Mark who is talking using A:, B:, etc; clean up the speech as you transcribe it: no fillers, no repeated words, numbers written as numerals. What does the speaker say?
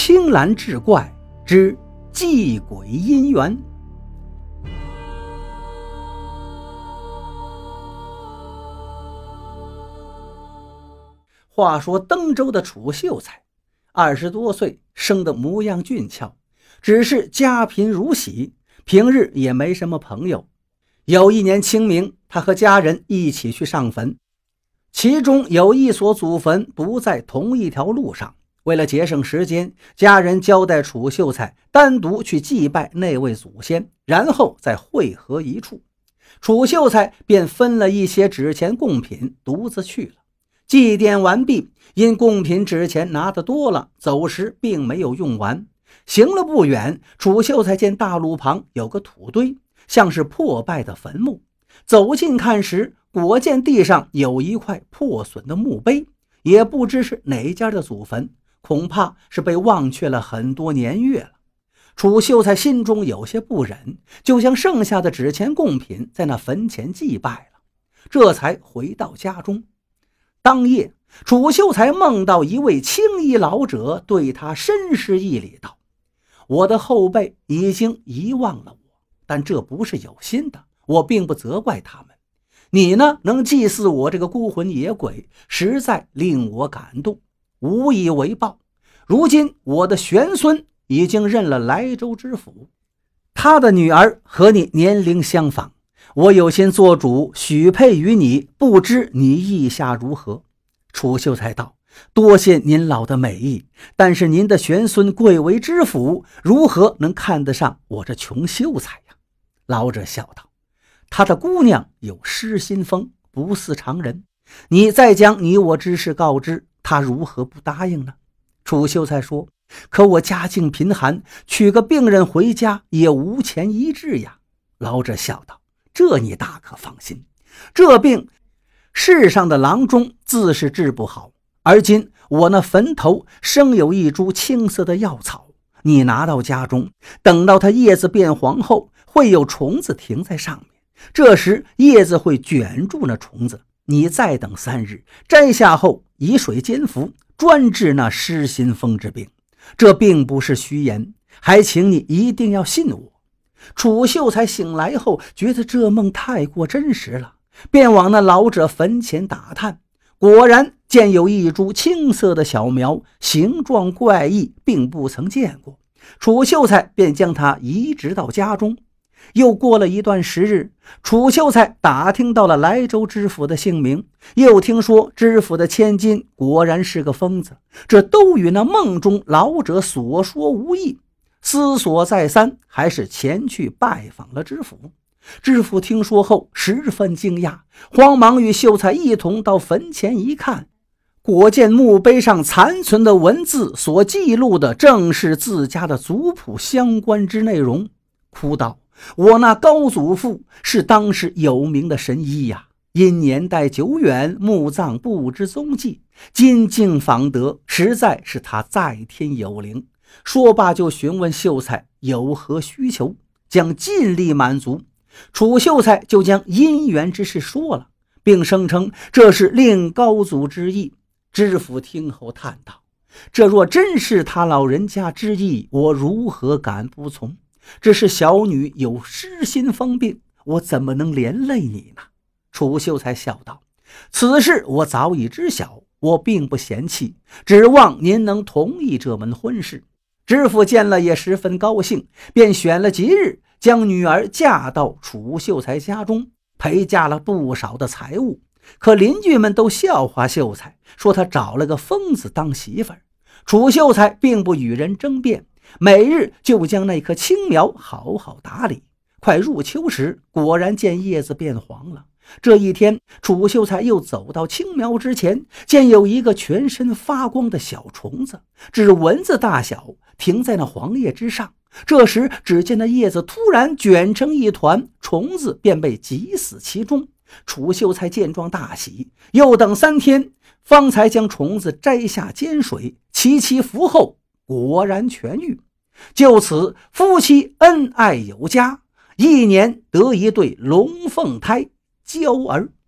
A: 青蓝志怪之祭鬼姻缘。话说登州的楚秀才20多岁，生得模样俊俏，只是家贫如洗，平日也没什么朋友。有一年清明，他和家人一起去上坟，其中有一所祖坟不在同一条路上，为了节省时间，家人交代楚秀才单独去祭拜那位祖先，然后再汇合一处。楚秀才便分了一些纸钱贡品，独自去了。祭奠完毕，因贡品纸钱拿得多了，走时并没有用完。行了不远，楚秀才见大路旁有个土堆，像是破败的坟墓。走近看时，果见地上有一块破损的墓碑，也不知是哪家的祖坟，恐怕是被忘却了很多年月了。楚秀才心中有些不忍，就将剩下的纸钱贡品在那坟前祭拜了，这才回到家中。当夜，楚秀才梦到一位青衣老者对他深施一礼道：我的后辈已经遗忘了我，但这不是有心的，我并不责怪他们。你呢，能祭祀我这个孤魂野鬼，实在令我感动，无以为报。如今我的玄孙已经认了莱州知府，他的女儿和你年龄相仿，我有心做主许配于你，不知你意下如何？楚秀才道：多谢您老的美意，但是您的玄孙贵为知府，如何能看得上我这穷秀才呀？老者笑道：他的姑娘有失心疯，不似常人，你再将你我之事告知他，如何不答应呢？楚秀才说：可我家境贫寒，娶个病人回家也无钱医治呀。老者笑道：这你大可放心，这病世上的郎中自是治不好，而今我那坟头生有一株青色的药草，你拿到家中，等到它叶子变黄后，会有虫子停在上面，这时叶子会卷住那虫子，你再等3日，摘下后以水煎服，专治那失心疯之病。这并不是虚言，还请你一定要信我。楚秀才醒来后，觉得这梦太过真实了，便往那老者坟前打探，果然见有一株青色的小苗，形状怪异，并不曾见过。楚秀才便将它移植到家中。又过了一段时日，楚秀才打听到了莱州知府的姓名，又听说知府的千金果然是个疯子，这都与那梦中老者所说无异。思索再三，还是前去拜访了知府。知府听说后十分惊讶，慌忙与秀才一同到坟前一看，果见墓碑上残存的文字所记录的正是自家的族谱相关之内容，哭道：我那高祖父是当时有名的神医呀，因年代久远，墓葬不知踪迹，今竟访得，实在是他在天有灵。说罢就询问秀才有何需求，将尽力满足。楚秀才就将姻缘之事说了，并声称这是令高祖之意。知府听后叹道：这若真是他老人家之意，我如何敢不从？只是小女有失心疯病，我怎么能连累你呢？楚秀才笑道：此事我早已知晓，我并不嫌弃，指望您能同意这门婚事。知府见了也十分高兴，便选了吉日，将女儿嫁到楚秀才家中，陪嫁了不少的财物。可邻居们都笑话秀才，说他找了个疯子当媳妇儿。楚秀才并不与人争辩，每日就将那棵青苗好好打理。快入秋时，果然见叶子变黄了。这一天，楚秀才又走到青苗之前，见有一个全身发光的小虫子，只蚊子大小，停在那黄叶之上。这时只见那叶子突然卷成一团，虫子便被挤死其中。楚秀才见状大喜，又等3天，方才将虫子摘下煎水，祈祈福后，果然痊愈。就此夫妻恩爱有加，1年得一对龙凤胎娇儿。